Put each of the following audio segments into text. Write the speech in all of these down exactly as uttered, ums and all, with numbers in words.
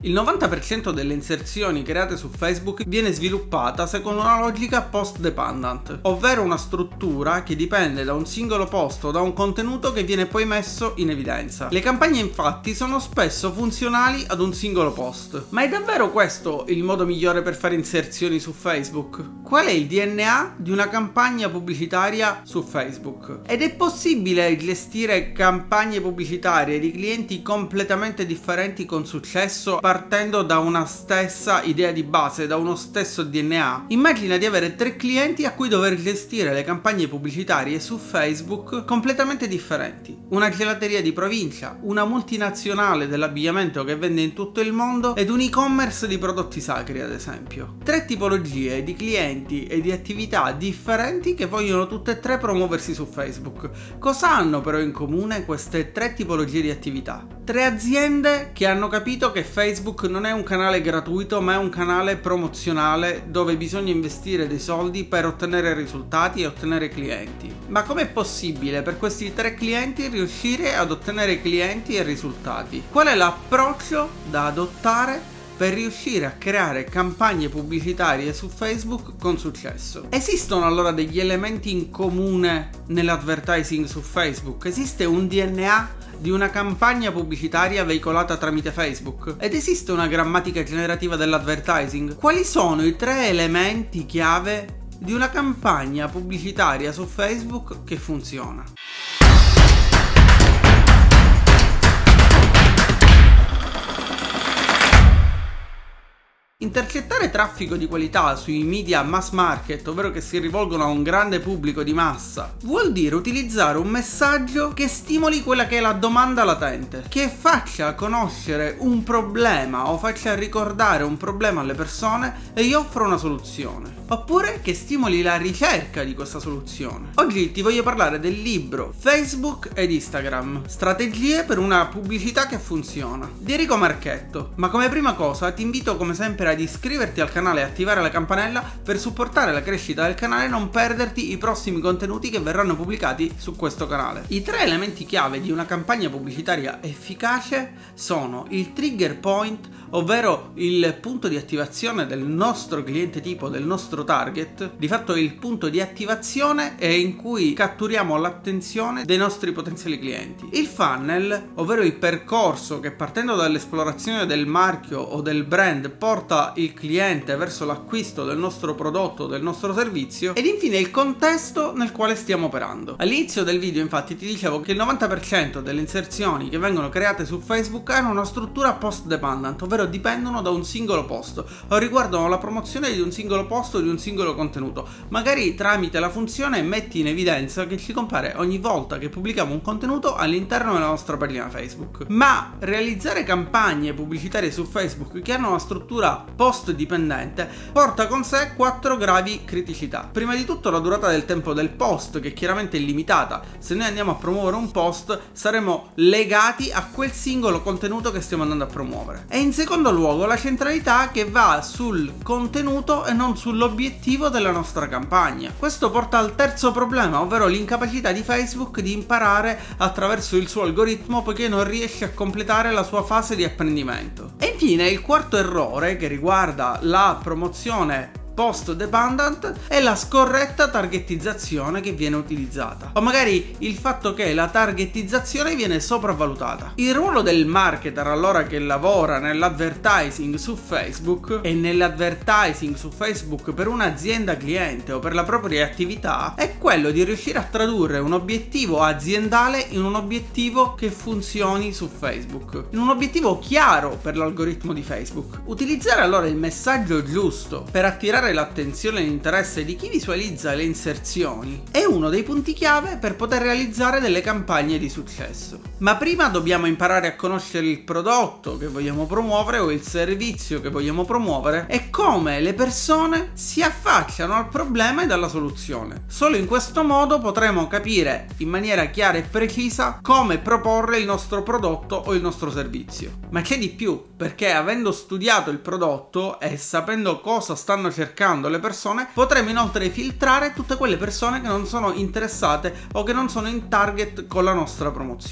Il novanta per cento delle inserzioni create su Facebook viene sviluppata secondo una logica post-dependent, ovvero una struttura che dipende da un singolo post o da un contenuto che viene poi messo in evidenza. Le campagne infatti sono spesso funzionali ad un singolo post. Ma è davvero questo il modo migliore per fare inserzioni su Facebook? Qual è il D N A di una campagna pubblicitaria su Facebook? Ed è possibile gestire campagne pubblicitarie di clienti completamente differenti con successo partendo da una stessa idea di base, da uno stesso D N A? Immagina di avere tre clienti a cui dover gestire le campagne pubblicitarie su Facebook completamente differenti. Una gelateria di provincia, una multinazionale dell'abbigliamento che vende in tutto il mondo ed un e-commerce di prodotti sacri, ad esempio. Tre tipologie di clienti e di attività differenti che vogliono tutte e tre promuoversi su Facebook. Cosa hanno però in comune queste tre tipologie di attività? Tre aziende che hanno capito che Facebook non è un canale gratuito, ma è un canale promozionale dove bisogna investire dei soldi per ottenere risultati e ottenere clienti. Ma com'è possibile per questi tre clienti riuscire ad ottenere clienti e risultati? Qual è l'approccio da adottare per riuscire a creare campagne pubblicitarie su Facebook con successo? Esistono allora degli elementi in comune nell'advertising su Facebook? Esiste un D N A di una campagna pubblicitaria veicolata tramite Facebook? Ed esiste una grammatica generativa dell'advertising? Quali sono i tre elementi chiave di una campagna pubblicitaria su Facebook che funziona? Intercettare traffico di qualità sui media mass market, ovvero che si rivolgono a un grande pubblico di massa, vuol dire utilizzare un messaggio che stimoli quella che è la domanda latente, che faccia conoscere un problema o faccia ricordare un problema alle persone e gli offra una soluzione, oppure che stimoli la ricerca di questa soluzione. Oggi ti voglio parlare del libro Facebook ed Instagram, strategie per una pubblicità che funziona, di Enrico Marchetto. Ma come prima cosa ti invito come sempre ad iscriverti al canale e attivare la campanella per supportare la crescita del canale e non perderti i prossimi contenuti che verranno pubblicati su questo canale. I tre elementi chiave di una campagna pubblicitaria efficace sono il trigger point, ovvero il punto di attivazione del nostro cliente tipo, del nostro target. Di fatto il punto di attivazione è in cui catturiamo l'attenzione dei nostri potenziali clienti. Il funnel, ovvero il percorso che partendo dall'esplorazione del marchio o del brand porta il cliente verso l'acquisto del nostro prodotto o del nostro servizio, ed infine il contesto nel quale stiamo operando. All'inizio del video infatti ti dicevo che il novanta per cento delle inserzioni che vengono create su Facebook hanno una struttura post-dependent, ovvero dipendono da un singolo post o riguardano la promozione di un singolo post o di un singolo contenuto, magari tramite la funzione metti in evidenza che ci compare ogni volta che pubblichiamo un contenuto all'interno della nostra pagina Facebook. Ma realizzare campagne pubblicitarie su Facebook che hanno una struttura post dipendente porta con sé quattro gravi criticità. Prima di tutto la durata del tempo del post, che chiaramente è limitata. Se noi andiamo a promuovere un post saremo legati a quel singolo contenuto che stiamo andando a promuovere. E in secondo luogo la centralità che va sul contenuto e non sull'obiettivo della nostra campagna. Questo porta al terzo problema, ovvero l'incapacità di Facebook di imparare attraverso il suo algoritmo, poiché non riesce a completare la sua fase di apprendimento. E infine il quarto errore che riguarda la promozione post-dependent è la scorretta targetizzazione che viene utilizzata, o magari il fatto che la targetizzazione viene sopravvalutata. Il ruolo del marketer allora che lavora nell'advertising su Facebook e nell'advertising su Facebook per un'azienda cliente o per la propria attività è quello di riuscire a tradurre un obiettivo aziendale in un obiettivo che funzioni su Facebook, in un obiettivo chiaro per l'algoritmo di Facebook. Utilizzare allora il messaggio giusto per attirare l'attenzione e l'interesse di chi visualizza le inserzioni è uno dei punti chiave per poter realizzare delle campagne di successo. Ma prima dobbiamo imparare a conoscere il prodotto che vogliamo promuovere o il servizio che vogliamo promuovere e come le persone si affacciano al problema e alla soluzione. Solo in questo modo potremo capire in maniera chiara e precisa come proporre il nostro prodotto o il nostro servizio. Ma c'è di più, perché avendo studiato il prodotto e sapendo cosa stanno cercando cercando le persone, potremo inoltre filtrare tutte quelle persone che non sono interessate o che non sono in target con la nostra promozione.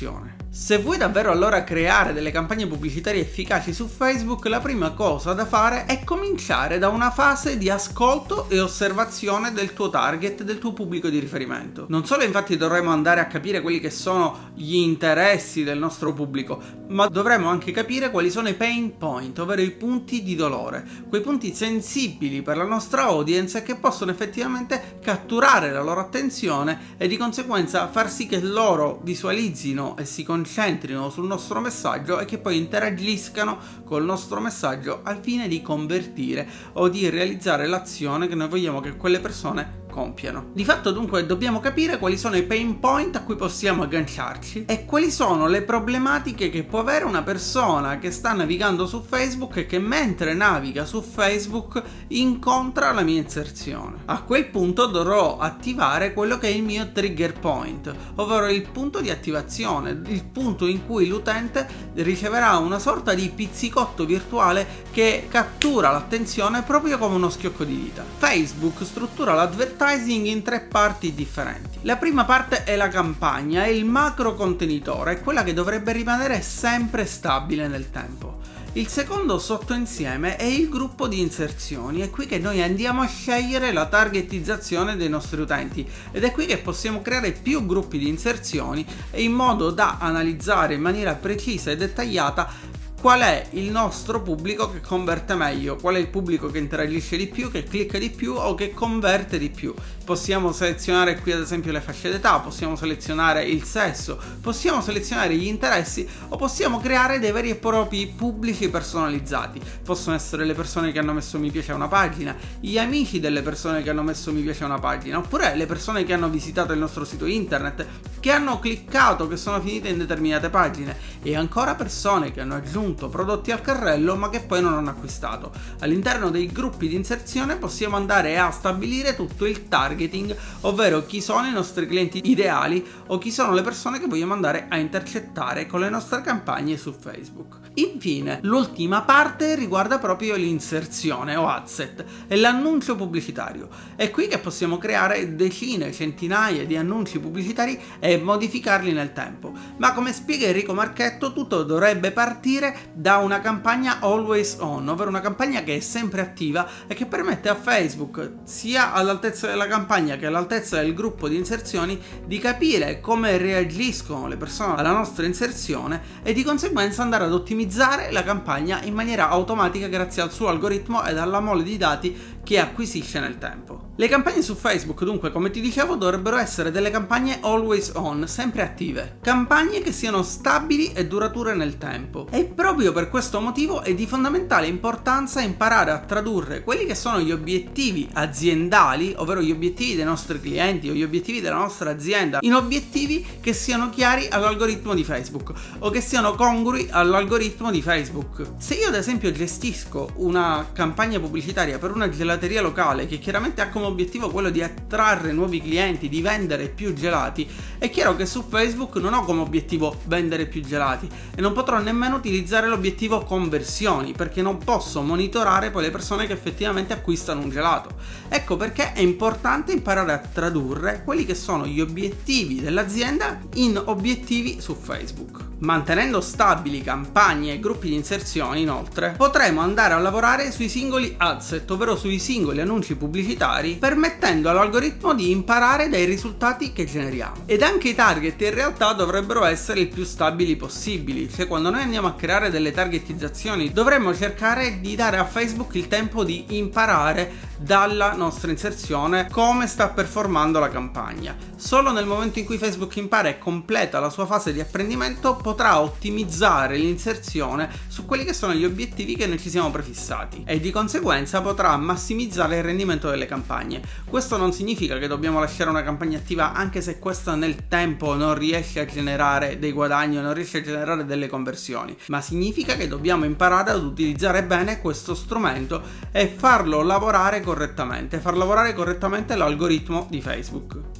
Se vuoi davvero allora creare delle campagne pubblicitarie efficaci su Facebook, la prima cosa da fare è cominciare da una fase di ascolto e osservazione del tuo target, del tuo pubblico di riferimento. Non solo infatti dovremo andare a capire quelli che sono gli interessi del nostro pubblico, ma dovremo anche capire quali sono i pain point, ovvero i punti di dolore, quei punti sensibili per la nostra audience che possono effettivamente catturare la loro attenzione e di conseguenza far sì che loro visualizzino e si concentrino sul nostro messaggio e che poi interagiscano col nostro messaggio al fine di convertire o di realizzare l'azione che noi vogliamo che quelle persone compiano. Di fatto dunque dobbiamo capire quali sono i pain point a cui possiamo agganciarci e quali sono le problematiche che può avere una persona che sta navigando su Facebook e che mentre naviga su Facebook incontra la mia inserzione. A quel punto dovrò attivare quello che è il mio trigger point, ovvero il punto di attivazione, il punto in cui l'utente riceverà una sorta di pizzicotto virtuale che cattura l'attenzione proprio come uno schiocco di dita. Facebook struttura l'advertising in tre parti differenti. La prima parte è la campagna, è il macro contenitore, è quella che dovrebbe rimanere sempre stabile nel tempo. Il secondo sottoinsieme è il gruppo di inserzioni, è qui che noi andiamo a scegliere la targetizzazione dei nostri utenti ed è qui che possiamo creare più gruppi di inserzioni in modo da analizzare in maniera precisa e dettagliata qual è il nostro pubblico che converte meglio, qual è il pubblico che interagisce di più, che clicca di più o che converte di più. Possiamo selezionare qui ad esempio le fasce d'età, possiamo selezionare il sesso, possiamo selezionare gli interessi o possiamo creare dei veri e propri pubblici personalizzati. Possono essere le persone che hanno messo mi piace a una pagina, gli amici delle persone che hanno messo mi piace a una pagina, oppure le persone che hanno visitato il nostro sito internet, che hanno cliccato, che sono finite in determinate pagine, e ancora persone che hanno aggiunto prodotti al carrello ma che poi non hanno acquistato. All'interno dei gruppi di inserzione possiamo andare a stabilire tutto il targeting, ovvero chi sono i nostri clienti ideali o chi sono le persone che vogliamo andare a intercettare con le nostre campagne su Facebook. Infine, l'ultima parte riguarda proprio l'inserzione o adset, è l'annuncio pubblicitario. È qui che possiamo creare decine, centinaia di annunci pubblicitari e modificarli nel tempo. Ma come spiega Enrico Marchetto, tutto dovrebbe partire da una campagna always on, ovvero una campagna che è sempre attiva e che permette a Facebook, sia all'altezza della campagna che all'altezza del gruppo di inserzioni, di capire come reagiscono le persone alla nostra inserzione e di conseguenza andare ad ottimizzare la campagna in maniera automatica grazie al suo algoritmo ed alla mole di dati che acquisisce nel tempo. Le campagne su Facebook, dunque, come ti dicevo, dovrebbero essere delle campagne always on, sempre attive, campagne che siano stabili e durature nel tempo. E proprio per questo motivo è di fondamentale importanza imparare a tradurre quelli che sono gli obiettivi aziendali, ovvero gli obiettivi dei nostri clienti o gli obiettivi della nostra azienda, in obiettivi che siano chiari all'algoritmo di Facebook o che siano congrui all'algoritmo di Facebook. Se io ad esempio gestisco una campagna pubblicitaria per una gelateria locale che chiaramente ha come obiettivo quello di attrarre nuovi clienti, di vendere più gelati, è chiaro che su Facebook non ho come obiettivo vendere più gelati e non potrò nemmeno utilizzare l'obiettivo conversioni, perché non posso monitorare poi le persone che effettivamente acquistano un gelato. Ecco perché è importante imparare a tradurre quelli che sono gli obiettivi dell'azienda in obiettivi su Facebook. Mantenendo stabili campagne e gruppi di inserzioni, inoltre, potremo andare a lavorare sui singoli adset, ovvero sui singoli annunci pubblicitari, permettendo all'algoritmo di imparare dai risultati che generiamo. Ed anche i target in realtà dovrebbero essere il più stabili possibili, cioè quando noi andiamo a creare delle targetizzazioni dovremmo cercare di dare a Facebook il tempo di imparare dalla nostra inserzione come sta performando la campagna. Solo nel momento in cui Facebook impara e completa la sua fase di apprendimento potrà ottimizzare l'inserzione su quelli che sono gli obiettivi che noi ci siamo prefissati e di conseguenza potrà massimizzare il rendimento delle campagne. Questo non significa che dobbiamo lasciare una campagna attiva anche se questa nel tempo non riesce a generare dei guadagni o non riesce a generare delle conversioni, ma significa che dobbiamo imparare ad utilizzare bene questo strumento e farlo lavorare correttamente, far lavorare correttamente l'algoritmo di Facebook.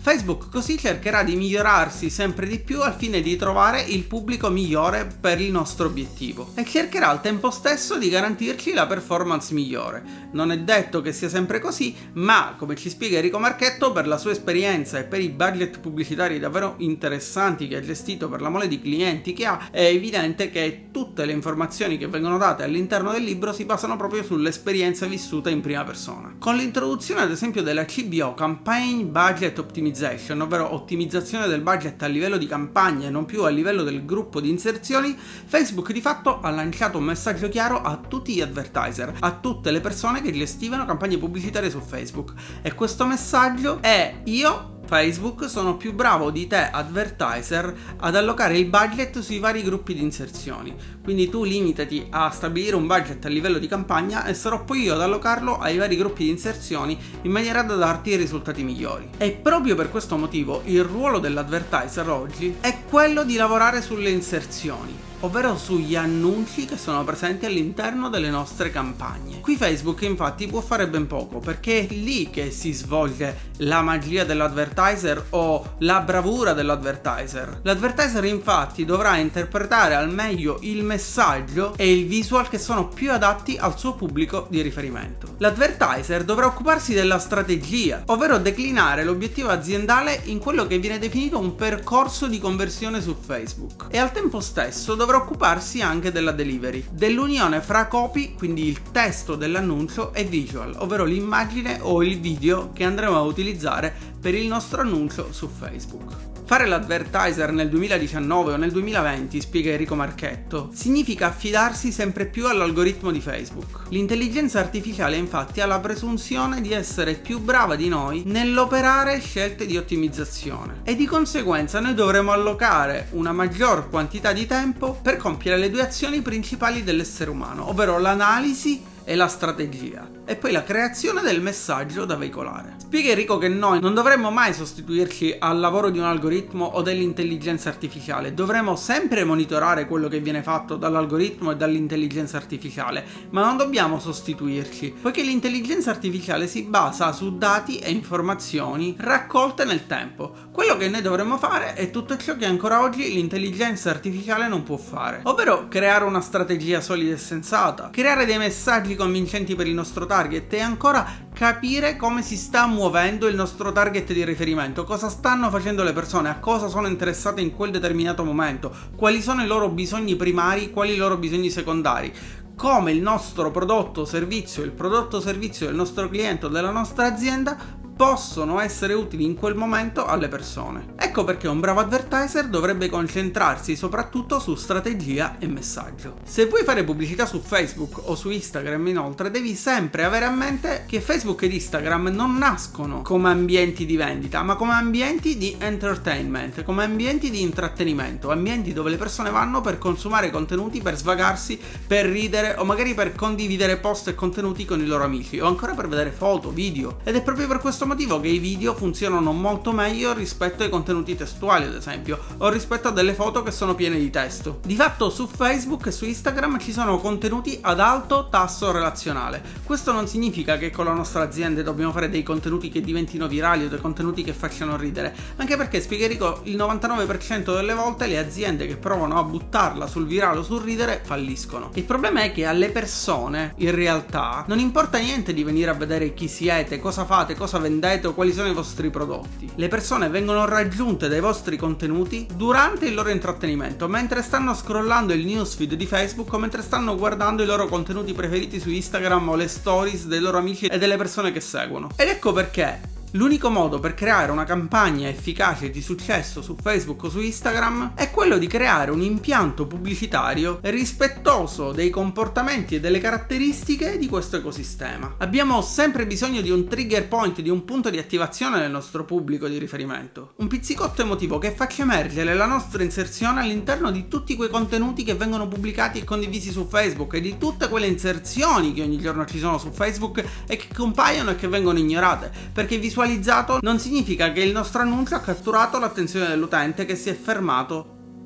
Facebook così cercherà di migliorarsi sempre di più al fine di trovare il pubblico migliore per il nostro obiettivo e cercherà al tempo stesso di garantirci la performance migliore. Non è detto che sia sempre così, ma come ci spiega Enrico Marchetto, per la sua esperienza e per i budget pubblicitari davvero interessanti che ha gestito, per la mole di clienti che ha, è evidente che tutte le informazioni che vengono date all'interno del libro si basano proprio sull'esperienza vissuta in prima persona. Con l'introduzione ad esempio della C B O, Campaign Budget Optimization, ovvero ottimizzazione del budget a livello di campagna e non più a livello del gruppo di inserzioni, Facebook di fatto ha lanciato un messaggio chiaro a tutti gli advertiser, a tutte le persone che gestivano campagne pubblicitarie su Facebook, e questo messaggio è: io Facebook sono più bravo di te advertiser ad allocare il budget sui vari gruppi di inserzioni, quindi tu limitati a stabilire un budget a livello di campagna e sarò poi io ad allocarlo ai vari gruppi di inserzioni in maniera da darti i risultati migliori. E proprio per questo motivo il ruolo dell'advertiser oggi è quello di lavorare sulle inserzioni, ovvero sugli annunci che sono presenti all'interno delle nostre campagne. Qui Facebook infatti può fare ben poco, perché è lì che si svolge la magia dell'advertiser o la bravura dell'advertiser. L'advertiser infatti dovrà interpretare al meglio il messaggio e il visual che sono più adatti al suo pubblico di riferimento. L'advertiser dovrà occuparsi della strategia, ovvero declinare l'obiettivo aziendale in quello che viene definito un percorso di conversione su Facebook, e al tempo stesso dovrà occuparsi anche della delivery, dell'unione fra copy, quindi il testo dell'annuncio, e visual, ovvero l'immagine o il video che andremo a utilizzare per il nostro annuncio su Facebook. Fare l'advertiser nel duemiladiciannove o nel duemilaventi, spiega Enrico Marchetto, significa affidarsi sempre più all'algoritmo di Facebook. L'intelligenza artificiale infatti ha la presunzione di essere più brava di noi nell'operare scelte di ottimizzazione, e di conseguenza noi dovremo allocare una maggior quantità di tempo per compiere le due azioni principali dell'essere umano, ovvero l'analisi e la strategia, e poi la creazione del messaggio da veicolare. Spiega Enrico che noi non dovremmo mai sostituirci al lavoro di un algoritmo o dell'intelligenza artificiale, dovremo sempre monitorare quello che viene fatto dall'algoritmo e dall'intelligenza artificiale, ma non dobbiamo sostituirci, poiché l'intelligenza artificiale si basa su dati e informazioni raccolte nel tempo. Quello che noi dovremmo fare è tutto ciò che ancora oggi l'intelligenza artificiale non può fare, ovvero creare una strategia solida e sensata, creare dei messaggi convincenti per il nostro target e ancora capire come si sta muovendo il nostro target di riferimento, cosa stanno facendo le persone, a cosa sono interessate in quel determinato momento, quali sono i loro bisogni primari, quali i loro bisogni secondari, come il nostro prodotto o servizio, il prodotto o servizio del nostro cliente o della nostra azienda possono essere utili in quel momento alle persone. Ecco perché un bravo advertiser dovrebbe concentrarsi soprattutto su strategia e messaggio. Se vuoi fare pubblicità su Facebook o su Instagram, inoltre, devi sempre avere a mente che Facebook ed Instagram non nascono come ambienti di vendita, ma come ambienti di entertainment, come ambienti di intrattenimento, ambienti dove le persone vanno per consumare contenuti, per svagarsi, per ridere o magari per condividere post e contenuti con i loro amici, o ancora per vedere foto, video. Ed è proprio per questo motivo che i video funzionano molto meglio rispetto ai contenuti testuali, ad esempio, o rispetto a delle foto che sono piene di testo. Di fatto su Facebook e su Instagram ci sono contenuti ad alto tasso relazionale. Questo non significa che con la nostra azienda dobbiamo fare dei contenuti che diventino virali o dei contenuti che facciano ridere, anche perché, spiega Enrico, il novantanove per cento delle volte le aziende che provano a buttarla sul virale o sul ridere falliscono. Il problema è che alle persone in realtà non importa niente di venire a vedere chi siete, cosa fate, cosa vendete o quali sono i vostri prodotti. Le persone vengono raggiunte dai vostri contenuti durante il loro intrattenimento, mentre stanno scrollando il newsfeed di Facebook o mentre stanno guardando i loro contenuti preferiti su Instagram o le stories dei loro amici e delle persone che seguono. Ed ecco perché l'unico modo per creare una campagna efficace di successo su Facebook o su Instagram è quello di creare un impianto pubblicitario rispettoso dei comportamenti e delle caratteristiche di questo ecosistema. Abbiamo sempre bisogno di un trigger point, di un punto di attivazione nel nostro pubblico di riferimento, un pizzicotto emotivo che faccia emergere la nostra inserzione all'interno di tutti quei contenuti che vengono pubblicati e condivisi su Facebook e di tutte quelle inserzioni che ogni giorno ci sono su Facebook e che compaiono e che vengono ignorate, perché visualmente visualizzato non significa che il nostro annuncio ha catturato l'attenzione dell'utente che si è fermato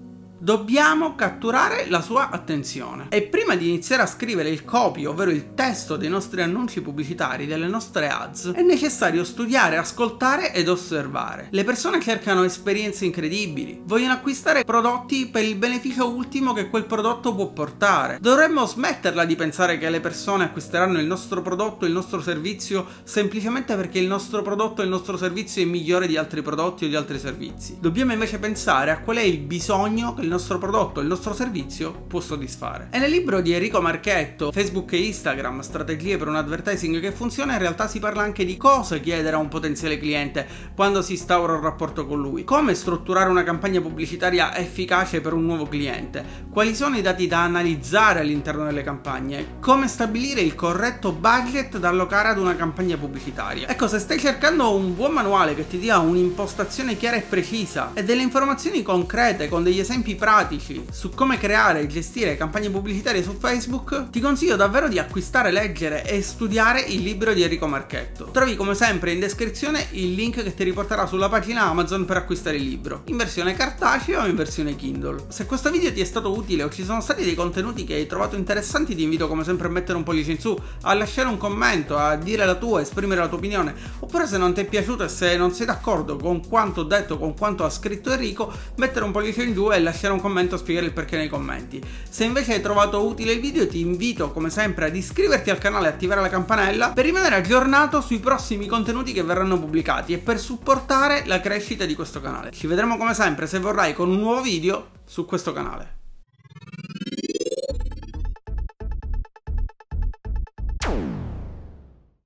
Dobbiamo catturare la sua attenzione. E prima di iniziare a scrivere il copy, ovvero il testo dei nostri annunci pubblicitari, delle nostre ads, è necessario studiare, ascoltare ed osservare. Le persone cercano esperienze incredibili, vogliono acquistare prodotti per il beneficio ultimo che quel prodotto può portare. Dovremmo smetterla di pensare che le persone acquisteranno il nostro prodotto, il nostro servizio, semplicemente perché il nostro prodotto e il nostro servizio è migliore di altri prodotti o di altri servizi. Dobbiamo invece pensare a qual è il bisogno che il nostro prodotto e il nostro servizio può soddisfare. E nel libro di Enrico Marchetto, Facebook e Instagram, strategie per un advertising che funziona, in realtà si parla anche di cosa chiedere a un potenziale cliente quando si instaura un rapporto con lui, come strutturare una campagna pubblicitaria efficace per un nuovo cliente, quali sono i dati da analizzare all'interno delle campagne, come stabilire il corretto budget da allocare ad una campagna pubblicitaria. Ecco, se stai cercando un buon manuale che ti dia un'impostazione chiara e precisa e delle informazioni concrete con degli esempi pratici su come creare e gestire campagne pubblicitarie su Facebook, ti consiglio davvero di acquistare, leggere e studiare il libro di Enrico Marchetto. Trovi come sempre in descrizione il link che ti riporterà sulla pagina Amazon per acquistare il libro, in versione cartacea o in versione Kindle. Se questo video ti è stato utile o ci sono stati dei contenuti che hai trovato interessanti, ti invito come sempre a mettere un pollice in su, a lasciare un commento, a dire la tua, a esprimere la tua opinione, oppure se non ti è piaciuto e se non sei d'accordo con quanto detto, con quanto ha scritto Enrico, mettere un pollice in giù e lasciare un commento a spiegare il perché nei commenti. Se invece hai trovato utile il video, ti invito come sempre ad iscriverti al canale e attivare la campanella per rimanere aggiornato sui prossimi contenuti che verranno pubblicati e per supportare la crescita di questo canale. Ci vedremo come sempre, se vorrai, con un nuovo video su questo canale.